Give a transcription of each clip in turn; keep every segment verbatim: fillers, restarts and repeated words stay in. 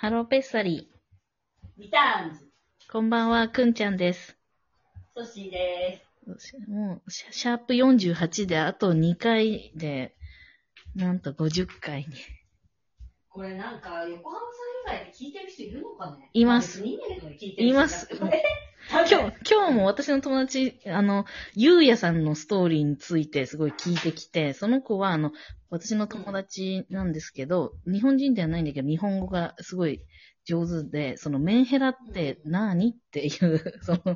ハローペッサリリターンズ。 ー。こんばんは、くんちゃんです。 ソシーでもう、シャシャープよんじゅうはちであとにかいで、なんとごじゅっかいに。 す。これなんか、横浜さん以外で聞いてる人いるのかね？ います。 まあ、別にいいんだけど、聞いてる人います。今日、今日も私の友達、あの、ゆうやさんのストーリーについてすごい聞いてきて、その子は、あの、私の友達なんですけど、日本人ではないんだけど、日本語がすごい上手で、そのメンヘラって何っていう、その、そう。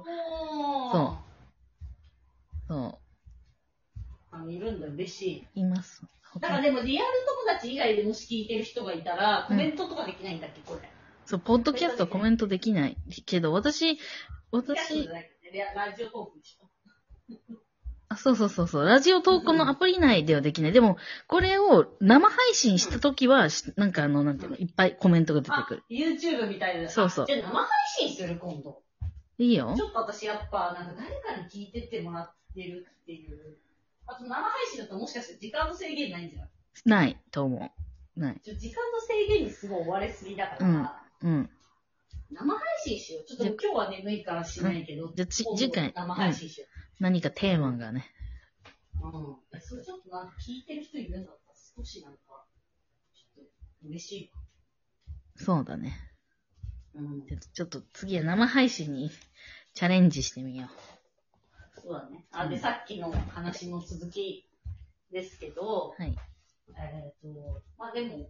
そう。 あの、いるんだ、嬉しい。 います。 だからでも、リアル友達以外でもし聞いてる人がいたら、コメントとかできないんだっけ、これ。 そう、ポッドキャストはコメントできないけど、私、私、 ラジオトークでしょ。 あ、そうそうそうそう、ラジオトークのアプリ内ではできない。でも、これを生配信したときは、なんかあの、なんていうの、いっぱいコメントが出てくる。 YouTube みたいな。 そうそう。 じゃあ生配信する、今度。 いいよ。 ちょっと私やっぱ、なんか誰かに聞いてってもらってるっていう。あと生配信だともしかして時間の制限ないんじゃない？ ないと思う。ない。 ちょ時間の制限にすごい追われすぎだから、 うん。うん。 生配信しよう。ちょっと今日は眠いからしないけど、 じゃあ、次回、 生配信しよう。 うん、何かテーマがね。 うん。それちょっとなんか聞いてる人いるんだったら少しなんか、ちょっと嬉しい。 そうだね。 うん。 ちょっと次は生配信にチャレンジしてみよう。そうだね。あ、で、さっきの話の続きですけど、 はい。 えっと、まあでも、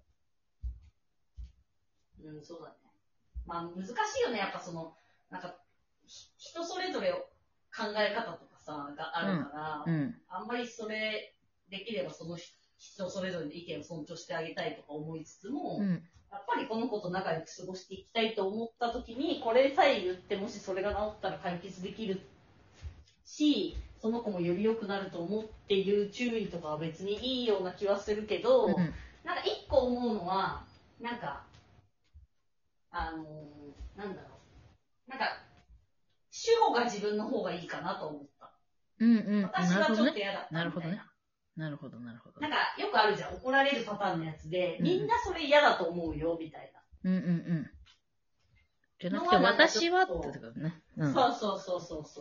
うん、そうだね。まあ難しいよね。やっぱその、なんか、人それぞれ考え方とかさ、があるから、 うんうん、 あんまりそれできればその人それぞれの意見を尊重してあげたいとか思いつつも、 うん、 やっぱりこの子と仲良く過ごしていきたいと思った時に、これさえ言ってもしそれが治ったら解決できるし、その子もより良くなると思っていう注意とかは別にいいような気はするけど、うん、なんか一個思うのは、なんか、あのー、なんだろう。なんか、主語が自分の方がいいかなと思った。 うんうん。 私はちょっと嫌だったみたいな。 なるほどね。なるほど、なるほど。 なんか、よくあるじゃん。怒られるパターンのやつで、みんなそれ嫌だと思うよ、みたいな。うんうんうん。じゃなくて、私はってことね、 うん。そうそうそうそうそう。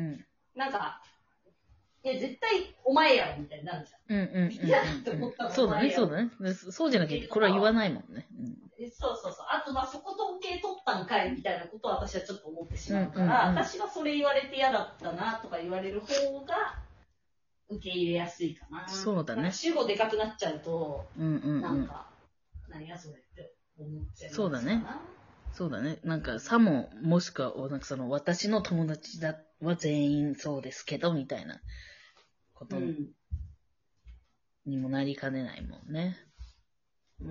うん。 なんか、いや、絶対お前やろ、みたいになるじゃん。 うんうんうん、うん。 嫌だって思ったらそうだね、そうだね。そうじゃなきゃ、これは言わないもんね。 うん、そうそうそう。あと、まあ、そこ統計取ったんかいみたいなことは私はちょっと思ってしまうから、うんうんうん、私はそれ言われて嫌だったなとか言われる方が受け入れやすいかな。 そうだね。 主語でかくなっちゃうと、 うんうんうん、 なんか、何やそれって思っちゃう。 そうだね。そうだね。なんか、さも、もしくは、なんかその、私の友達だは全員そうですけど、みたいなことにもなりかねないもんね。 うん。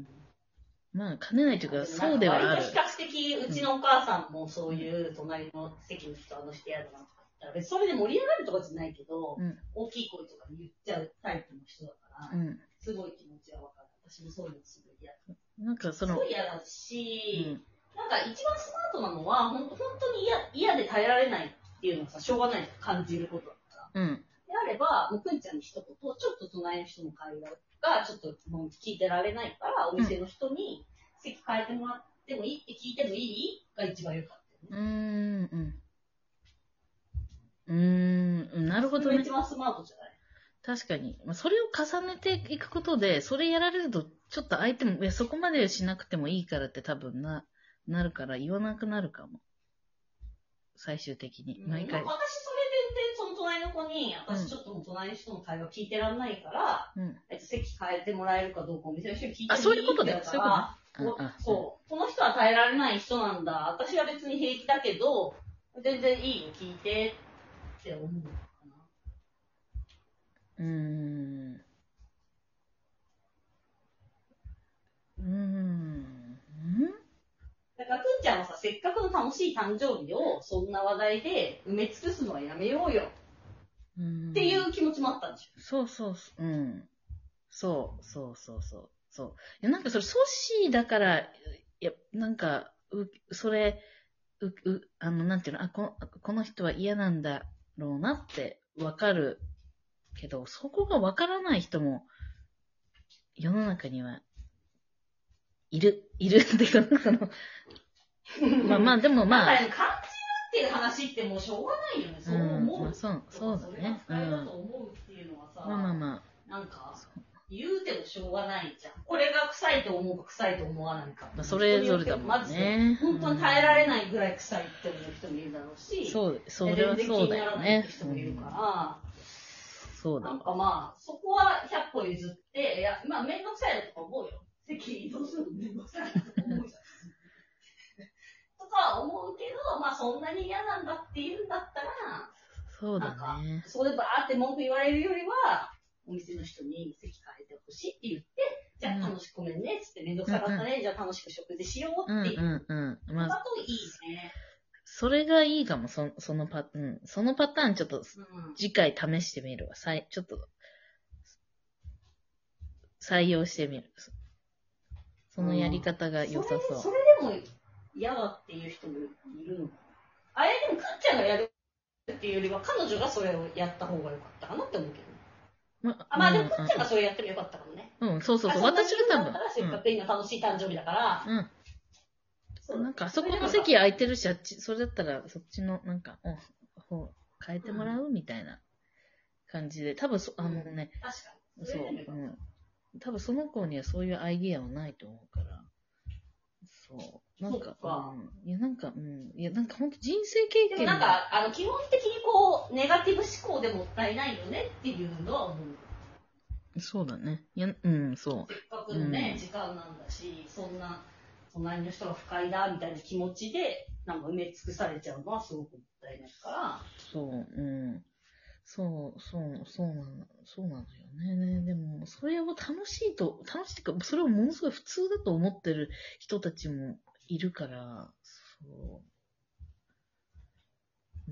まあ、兼ねないというか、そうではある。 比較的、うちのお母さんもそういう隣の席の人、あの人やだなとか言ったら、それで盛り上がるとかじゃないけど、うん、大きい声とか言っちゃうタイプの人だから、うん、すごい気持ちはわかる。私もそういうのすごい嫌だ。なんかその、すごい嫌だし、うん、なんか一番スマートなのは、ほん本当に嫌、嫌で耐えられないっていうのはさ、しょうがないと感じることだから。うん、であれば、もうくんちゃんに一言、ちょっと隣の人の会話がちょっともう聞いてられないから、お店の人に席変えてもらってもいいって聞いてもいいが一番良かったよね。うーん、うん。うーん、なるほどね。それが一番スマートじゃない？ 確かに。それを重ねていくことで、それやられると、ちょっと相手も、いや、そこまでしなくてもいいからって多分な、なるから言わなくなるかも。最終的に。 毎回。私それで言って、その隣の子に、私ちょっともう隣の人の会話聞いてらんないから、うん、えっと、席変えてもらえるかどうかお店の人に聞いてもいい？あ、そういうことだよ。そういうことね。あ、そう。この人は耐えられない人なんだ。私は別に平気だけど、全然いいよ、聞いてって思うのかな。 うーん。うーん。 だから、くんちゃんはさ、せっかくの楽しい誕生日を、そんな話題で埋め尽くすのはやめようよ。うん。っていう気持ちもあったんでしょ。 そうそうそう。うん。そう、そうそうそう。そう。いや、なんかそれ、ソッシーだから、いや、なんか、う、それ、う、う、あの、なんていうの、あ、この、この人は嫌なんだろうなってわかるけど、そこがわからない人も世の中にはいる、いるっていうか、その、まあまあ、でもまあ。 感じるっていう話ってもうしょうがないよね。そう思う。 うん、まあ、そう、そうだね。 それが不快だと思うっていうのはさ、 まあまあまあ、なんか、言うてもしょうがないじゃん。これが臭いと思うか臭いと思わないか。 まあ、それぞれだもんね。 まず、本当に耐えられないぐらい臭いって思う人もいるだろうし、 そう、それはそうだよね。 人もいるから、 そうだ。 なんかまあ、そこはひゃっぽ譲って、いや、まあ、めんどくさいなとか思うよ。席移動するのめんどくさいなとか思うじゃん。とか思うけど、まあ、そんなに嫌なんだって言うんだったら、 そうだね。 そこでバーって文句言われるよりは、お店の人に席変えてほしいって言って、じゃあ楽しくごめんねっつってめんどくさかったね、うんうん、じゃあ楽しく食事しようっていう。うんうんうん。まあ、だといいね。 それがいいかも、そそのパ、うん、そのパターンちょっと、次回試してみるわ。さいちょっと、採用してみる。そのやり方が良さそう。 うん、それ、それでも嫌だっていう人もいるのかな。あれでも、くっちゃんがやるっていうよりは、彼女がそれをやった方が良かったかなって思うけど。まあ、まあでも、くっちゃんがそれやってもよかったかもね。 うん、そうそうそう。私が多分。 せっかく今楽しい誕生日だから。 うん。そうなんか、あそこの席空いてるし、あっち、それだったら、そっちの、なんか、うん、変えてもらうみたいな感じで、多分そ、あのね、 確かに。 そう、うん。多分その子にはそういうアイディアはないと思うから。そう。なんか、うん。いや、なんか、うん。いや、なんか本当人生経験。 でもなんか、あの、基本的にこう、ネガティブ思考でもったいないよねっていうのは思う。 そうだね。いや、うん、そう。 せっかくのね、うん、時間なんだし、そんな、隣の人が不快だみたいな気持ちで、なんか埋め尽くされちゃうのはすごくもったいないから。 そう、うん。そう、そう、そうなの、そうなんだよね。でも、それを楽しいと、楽しいというか、それをものすごい普通だと思ってる人たちもいるから、そう。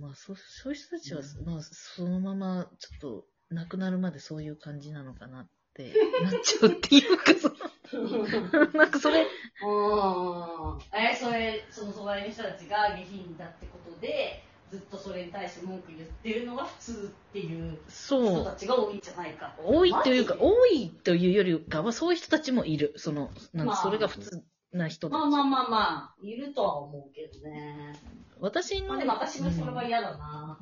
まあ、そそういう人たちは、うん、まあ、そのまま、ちょっと、亡くなるまでそういう感じなのかなってなっちゃうっていうか、その、なんかそれ。 うん。え、それ、その隣の人たちが下品だってことで、ずっとそれに対して文句言ってるのが普通っていう人たちが多いんじゃないか。 多いというか、多いというよりかは、そういう人たちもいる。その、なんかそれが普通な人たち。 まあまあまあまあ、いるとは思うけどね。 私の。 まあでも私もそれは嫌だな。 うん。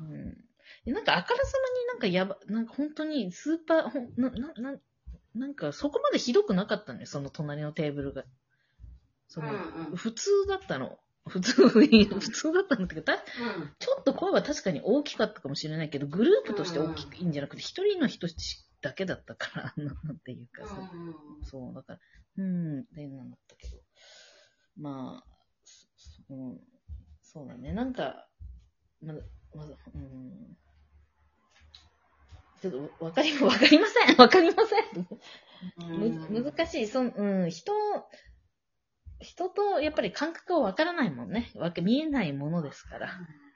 なんかあからさまになんかやば、なんか本当にスーパー、ほんな、な、な、なんかそこまでひどくなかったのよ、その隣のテーブルが。その、うんうん、普通だったの。普通、普通だったんだけど、た、うん、ちょっと声は確かに大きかったかもしれないけど、グループとして大きくいいんじゃなくて、一人の人だけだったから、なんていうか、そう、そう、だから、うん、ってなんだったけど。まあ、うん、そうだね、なんか、まだ、まだ、うん、ちょっとわかり、わかりません。わかりません。む、難しい。そ、うん、人、人とやっぱり感覚はわからないもんね。わけ見えないものですから。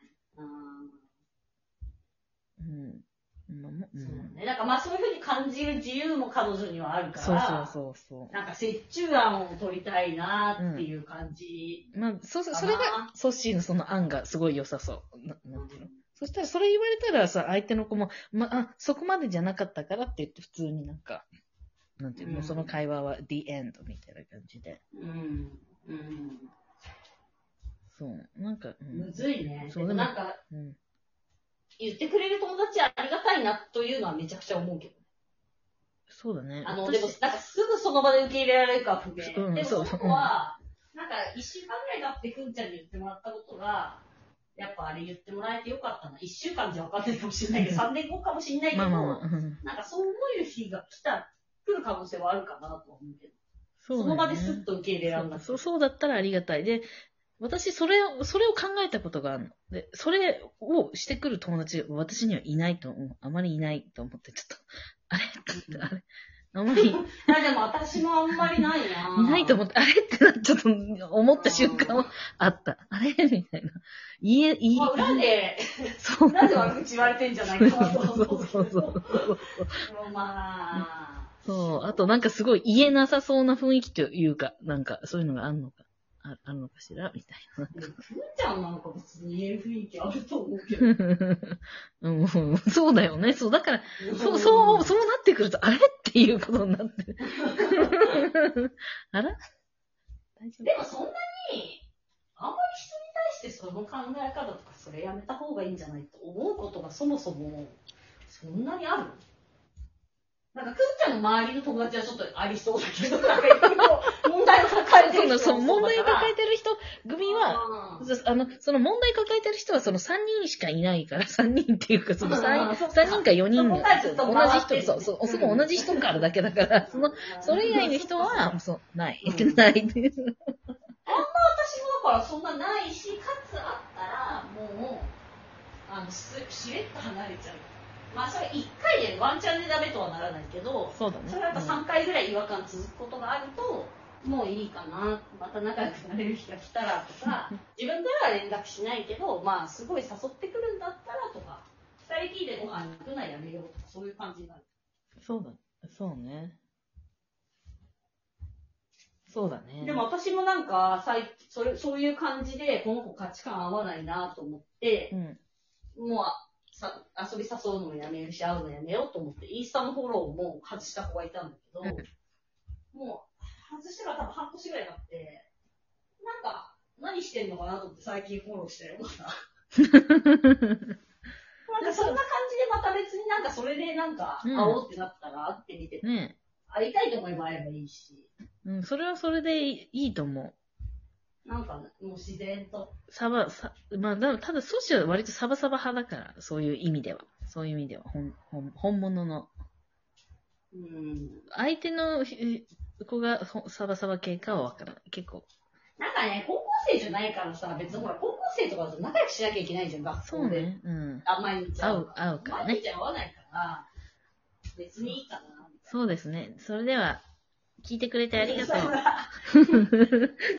うん。 うん。そうね。なんかまあそういうふうに感じる自由も彼女にはあるから。 そうそうそうそう。 なんか折衷案を取りたいなっていう感じ、 うん。まあ、そうそう、それが、ソッシーのその案がすごい良さそう。な、なんていうの、うん、そしたらそれ言われたらさ、相手の子も、まあ、そこまでじゃなかったからって言って普通になんか、なんていうの、うん、その会話は the end みたいな感じで。 うん。うん。 そう。なんか、 うん、むずいね。 そうでもなんか、うん、言ってくれる友達はありがたいなというのはめちゃくちゃ思うけど。 そうだね。 あの、でも、なんかすぐその場で受け入れられるか不明。うん、でもその子は、うん、なんか一週間ぐらい経ってくんちゃんに言ってもらったことが、やっぱあれ言ってもらえてよかったな。一週間じゃ分かんないかもしれないけど、三年後かもしれないけど、まあまあ、なんかそういう日が来た、来る可能性はあるかなと思うけど。そうだね、その場ですっと受け入れられなくて。 そう、そうだったらありがたい。で、私、それを、それを考えたことがあるの。で、それをしてくる友達、私にはいないと思う。あまりいないと思って、ちょっと、あれって、あれあんまり。いや、でも私もあんまりないな。 いないと思って、あれってな、ちょっと思った瞬間はあった。あれみたいな。いえ、いい。 まあ、裏で、そう。裏で悪口言われてんじゃないかなと思う。そうそうそう。まあ。 そう。あと、なんかすごい言えなさそうな雰囲気というか、なんか、そういうのがあるのか。あ, あるのかしらみたいな。 ふーちゃんなんか別に言える雰囲気あると思うけど。 うん、そうだよね。そう、だから、そう、そう、そうなってくると、あれっていうことになってる。あら大丈夫。 でもそんなに、あんまり人に対してその考え方とか、それやめた方がいいんじゃないと思うことがそもそも、そんなにある？なんか、くーちゃんの周りの友達はちょっとありそうだけど、なんかいろいろ問題を抱えてる人はそう、問題を抱えてる人組は、あの、その問題抱えてる人はそのさんにんしかいないから、さんにんっていうか、そのさん、さんにんかよにんが、同じ人、そう、そう、そこ同じ人があるだけだから、その、それ以外の人は、そう、ない、ないっていう。 あんま私もだからそんなないし、かつあったら、もう、あの、しれっと離れちゃう。まあそれいっかいでワンチャンでダメとはならないけど、 そうだね。 それはやっぱさんかいぐらい違和感続くことがあると、もういいかな、また仲良くなれる人が来たらとか、自分からは連絡しないけど、まあすごい誘ってくるんだったらとか、二人きりでご飯行くのはやめようとか、そういう感じになる。 そうだ、そうね。そうだね。 でも私もなんか、それそういう感じで、この子価値観合わないなと思って、うん、もう、さ遊び誘うのもやめるし、会うのやめようと思って、インスタのフォローも外した子がいたんだけど、うん、もう、外したら多分半年ぐらい経って、なんか、何してんのかなと思って最近フォローしてるのかな。なんかそんな感じでまた別になんかそれでなんか会おうってなったら会ってみて、ね、会いたいと思えば会えばいいし。 うん、それはそれでいいと思う。 なんか、もう自然と。 サバ、さ、まあ、だただ、ソシは割とサバサバ派だから、そういう意味では。そういう意味では、本、本本物の。うん。相手の子がサバサバ系かはわからない。結構。 なんかね、高校生じゃないからさ、別にほら、高校生とかだと仲良くしなきゃいけないじゃん、学校で。そうね。うん。あ、毎日会う。会うからね。毎日会わないから、別にいいかな。 そうですね。それでは、聞いてくれてありがとう。